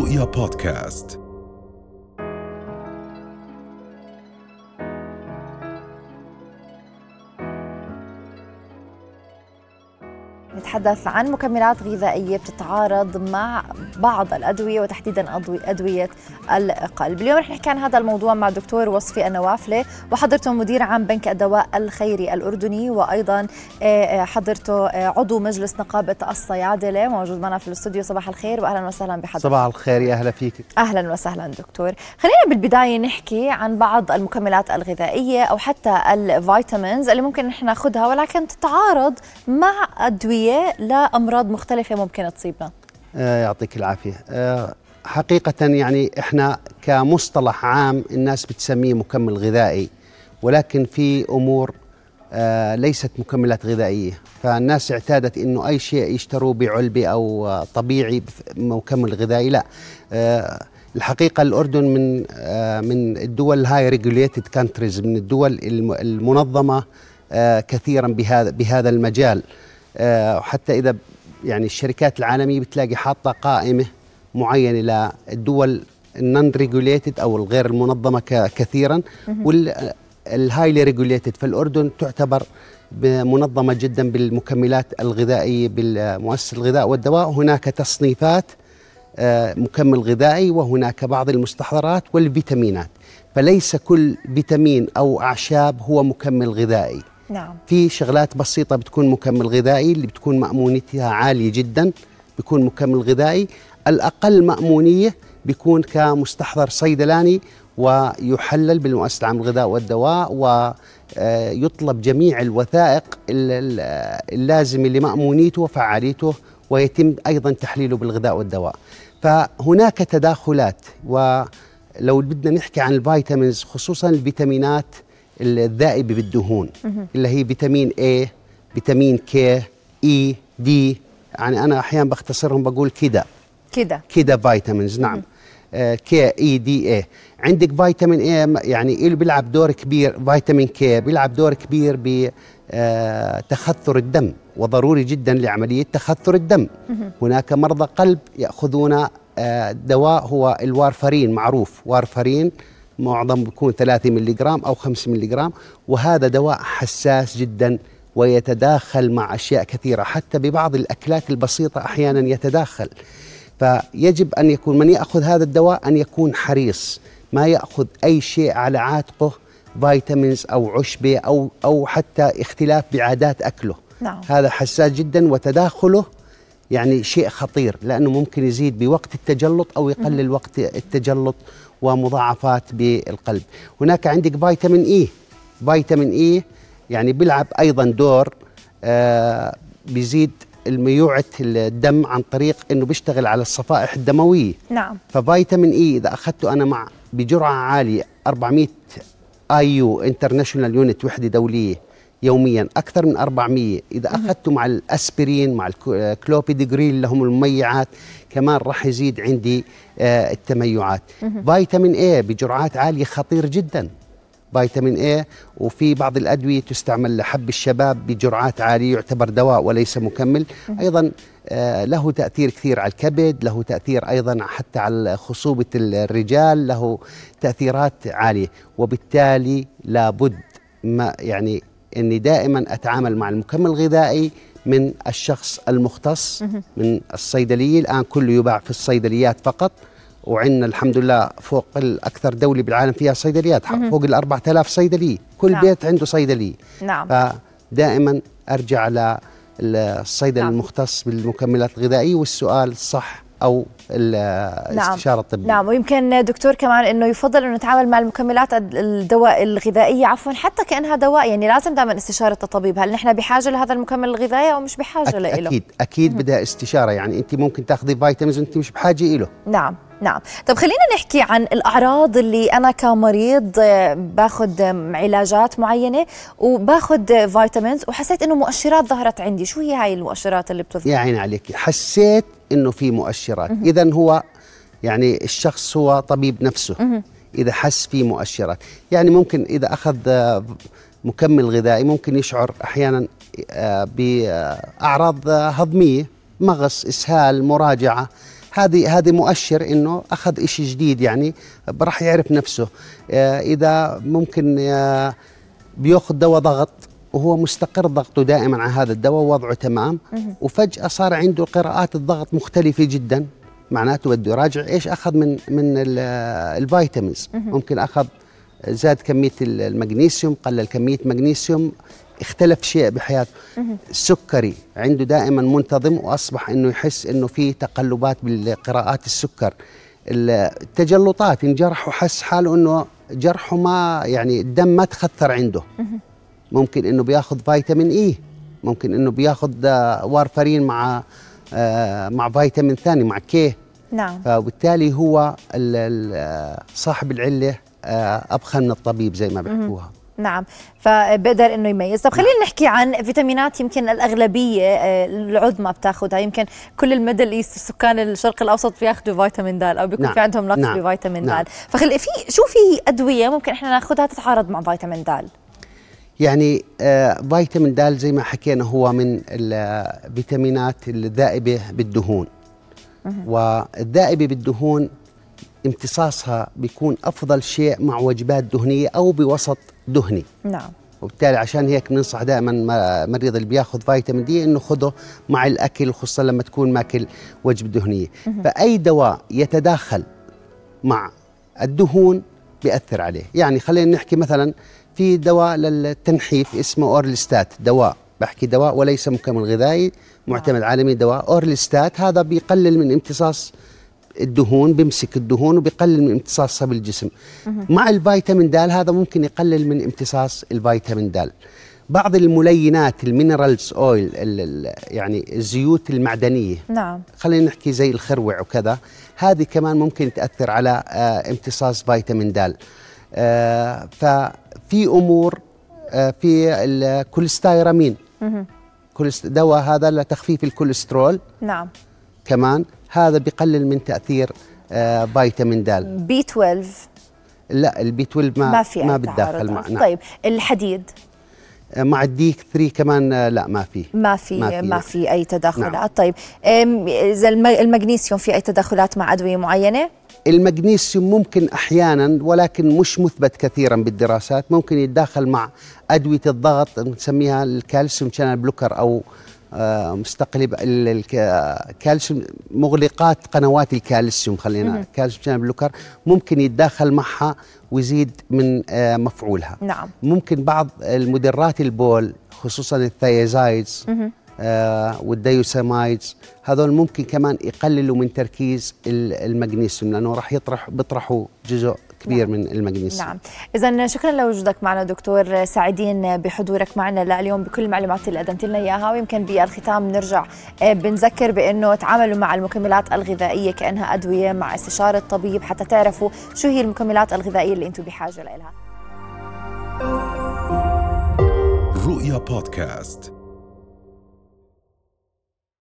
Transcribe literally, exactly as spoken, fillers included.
رؤيا بودكاست. نتحدث عن مكملات غذائية بتتعارض مع بعض الأدوية وتحديدا أدوية القلب. اليوم رح نحكي عن هذا الموضوع مع الدكتور وصفي النوافلة، وحضرته مدير عام بنك الدواء الخيري الأردني، وأيضا حضرته عضو مجلس نقابة الصيادلة، موجود معنا في الاستوديو. صباح الخير وأهلا وسهلا بحضرتك. صباح الخير، يا أهلا فيك. أهلا وسهلا دكتور. خلينا بالبداية نحكي عن بعض المكملات الغذائية أو حتى الفيتامينز اللي ممكن نحن ناخذها ولكن تتعارض مع أدوية لأمراض مختلفة ممكن تصيبنا. آه يعطيك العافية. آه حقيقة يعني إحنا كمصطلح عام الناس بتسميه مكمل غذائي، ولكن في أمور آه ليست مكملات غذائية، فالناس اعتادت إنه أي شيء يشتروه بعلبة أو آه طبيعي مكمل غذائي. لا، آه الحقيقة الأردن من آه من الدول الهاي ريجوليتد كانتريز، من الدول المنظمة آه كثيرا بهذا بهذا المجال. وحتى إذا يعني الشركات العالمية بتلاقي حاطة قائمة معينة للدول النون ريجوليتد أو الغير المنظمة كثيرا، والهايلي ريجوليتد. فالأردن تعتبر منظمة جدا بالمكملات الغذائية بالمؤسسة الغذاء والدواء. هناك تصنيفات مكمل غذائي، وهناك بعض المستحضرات والفيتامينات، فليس كل فيتامين أو أعشاب هو مكمل غذائي. نعم. في شغلات بسيطة بتكون مكمل غذائي اللي بتكون مأمونيتها عالية جدا، بيكون مكمل غذائي. الأقل مأمونية بيكون كمستحضر صيدلاني ويحلل بالمؤسسة العامة للغذاء والدواء، ويطلب جميع الوثائق اللازمة لمأمونيته وفعاليته، ويتم أيضا تحليله بالغذاء والدواء. فهناك تداخلات. ولو بدنا نحكي عن الفيتامينز، خصوصا الفيتامينات الذائبة بالدهون اللي هي فيتامين A، فيتامين K، E، D، يعني أنا أحيانا بختصرهم بقول كده كده كده فيتامينز. نعم. آه K E D A. عندك فيتامين A يعني اللي بيلعب دور كبير، فيتامين K بيلعب دور كبير بتخثر الدم، وضروري جدا لعملية تخثر الدم. هناك مرضى قلب يأخذون آه دواء هو الوارفرين، معروف وارفرين، معظم بيكون ثلاثة ملي جرام أو خمسة ملي جرام، وهذا دواء حساس جدا ويتداخل مع أشياء كثيرة، حتى ببعض الأكلات البسيطة أحيانا يتداخل. فيجب أن يكون من يأخذ هذا الدواء أن يكون حريص، ما يأخذ أي شيء على عاتقه، فيتامينز أو عشبة أو أو حتى اختلاف بعادات أكله. نعم. هذا حساس جدا، وتداخله يعني شيء خطير، لأنه ممكن يزيد بوقت التجلط أو يقلل وقت التجلط ومضاعفات بالقلب. هناك عندك فيتامين إي. فيتامين إي يعني بيلعب أيضا دور آه بيزيد الميوعة الدم عن طريق أنه بيشتغل على الصفائح الدموية. نعم. ففيتامين إي إذا أخذته أنا مع بجرعة عالية أربعمئة آي يو انترناشونال يونت، وحدة دولية، يوميا أكثر من أربعمئة. إذا أخذته مع الأسبرين مع الكلوبيدوغريل اللي هم المميعات، كمان راح يزيد عندي آه التميعات. فيتامين A بجرعات عالية خطير جدا، فيتامين A. وفي بعض الأدوية تستعمل لحب الشباب بجرعات عالية، يعتبر دواء وليس مكمل. أيضا آه له تأثير كثير على الكبد، له تأثير أيضا حتى على خصوبة الرجال، له تأثيرات عالية. وبالتالي لابد ما يعني أني دائما أتعامل مع المكمل الغذائي من الشخص المختص، من الصيدلية. الآن كله يباع في الصيدليات فقط، وعندنا الحمد لله فوق الأكثر دولة بالعالم فيها صيدليات، فوق الأربعة آلاف صيدلية، كل نعم. بيت عنده صيدلية. نعم. فدائما أرجع للصيدلي نعم. المختص بالمكملات الغذائية، والسؤال الصح أو الاستشارة نعم. الطبية. نعم. ويمكن دكتور كمان انه يفضل انه نتعامل مع المكملات الدواء الغذائيه عفوا حتى كانها دواء، يعني لازم دائما استشاره الطبيب. هل نحن بحاجه لهذا المكمل الغذائي او مش بحاجه له؟ اكيد اكيد بدها استشاره، يعني انت ممكن تاخذي فيتامينز وانت مش بحاجه له. نعم نعم. طب خلينا نحكي عن الأعراض اللي أنا كمريض باخذ علاجات معينة وباخذ فيتامينز وحسيت إنه مؤشرات ظهرت عندي. شو هي هاي المؤشرات اللي بتظهر؟ يا عيني عليك، حسيت إنه في مؤشرات. إذن هو يعني الشخص هو طبيب نفسه. إذا حس في مؤشرات، يعني ممكن إذا أخذ مكمل غذائي ممكن يشعر أحيانا بأعراض هضمية، مغص، إسهال، مراجعة، هذه هذه مؤشر انه اخذ شيء جديد، يعني راح يعرف نفسه. اذا ممكن بياخذ دواء ضغط وهو مستقر ضغطه دائما على هذا الدواء ووضعه تمام، وفجأة صار عنده قراءات الضغط مختلفة جدا، معناته بده يراجع ايش اخذ من من الفيتامينز. ممكن اخذ زاد كمية المغنيسيوم، قلل كمية مغنيسيوم، اختلف شيء بحياته. السكري عنده دائما منتظم واصبح انه يحس انه في تقلبات بالقراءات السكر. التجلطات انجرح وحس حاله انه جرحه ما يعني الدم ما تخثر عنده. ممكن انه بياخذ فيتامين اي، ممكن انه بياخذ وارفرين مع آه مع فيتامين ثاني مع كي. نعم. فبالتالي هو صاحب العله آه ابخى من الطبيب زي ما بيحكوها. نعم، فبقدر انه يميز. طب خلينا نحكي عن فيتامينات يمكن الاغلبيه العظمى بتاخذها، يمكن كل الميدل ايست سكان الشرق الاوسط بياخذوا فيتامين د او بيكون نعم. في عندهم نقص نعم. بفيتامين نعم. د. فخلي في شو في ادويه ممكن احنا ناخذها تتعارض مع فيتامين د؟ يعني آه فيتامين د زي ما حكينا هو من الفيتامينات الذائبه بالدهون، والذائبه بالدهون امتصاصها بيكون أفضل شيء مع وجبات دهنية أو بوسط دهني. نعم. وبالتالي عشان هيك بننصح دائما مريض اللي بياخذ فيتامين دي إنه خده مع الأكل، خصوصا لما تكون ماكل وجبة دهنية. فأي دواء يتداخل مع الدهون بيأثر عليه. يعني خلينا نحكي مثلا في دواء للتنحيف اسمه أورلستات، دواء بحكي دواء وليس مكمل غذائي معتمد عالمي، دواء أورلستات هذا بيقلل من امتصاص الدهون، بيمسك الدهون وبيقلل من امتصاصها بالجسم. مع الفيتامين د هذا ممكن يقلل من امتصاص الفيتامين د. بعض الملينات المينرالز اويل يعني الزيوت المعدنيه، نعم، خلينا نحكي زي الخروع وكذا، هذه كمان ممكن تاثر على آه امتصاص فيتامين د. آه ففي امور آه في الكوليستيرامين، دواء هذا لتخفيف الكوليسترول، نعم، كمان هذا بيقلل من تأثير آه فيتامين د. بي اثني عشر لا، البي اثني عشر ما ما, في ما بتداخل معنا. طيب الحديد آه مع الدي ثلاثة كمان آه لا ما في ما في ما في, ما في أي تداخلات. نعم. طيب إذا المغنيسيوم في أي تداخلات مع أدوية معينة؟ المغنيسيوم ممكن أحيانا ولكن مش مثبت كثيرا بالدراسات، ممكن يتداخل مع أدوية الضغط نسميها الكالسيوم شانل بلوكر أو آه مستقلب الكالسيوم، مغلقات قنوات الكالسيوم، خلينا كالسيوم شانل بلوكر ممكن يتداخل معها ويزيد من آه مفعولها. نعم. ممكن بعض المدرات البول خصوصا الثيازايدز آه والديوسامايدز هذول ممكن كمان يقللوا من تركيز المغنيسيوم لانه راح يطرح بيطرحوا جزء كبير نعم. من المغنيسيوم. نعم. إذا شكرا لوجودك معنا دكتور، سعيدين بحضورك معنا اليوم بكل المعلومات اللي قدمت لنا اياها. ويمكن بالختام نرجع بنذكر بانه تعاملوا مع المكملات الغذائيه كانها ادويه مع استشاره طبيب حتى تعرفوا شو هي المكملات الغذائيه اللي انتم بحاجه لها. رؤيا بودكاست.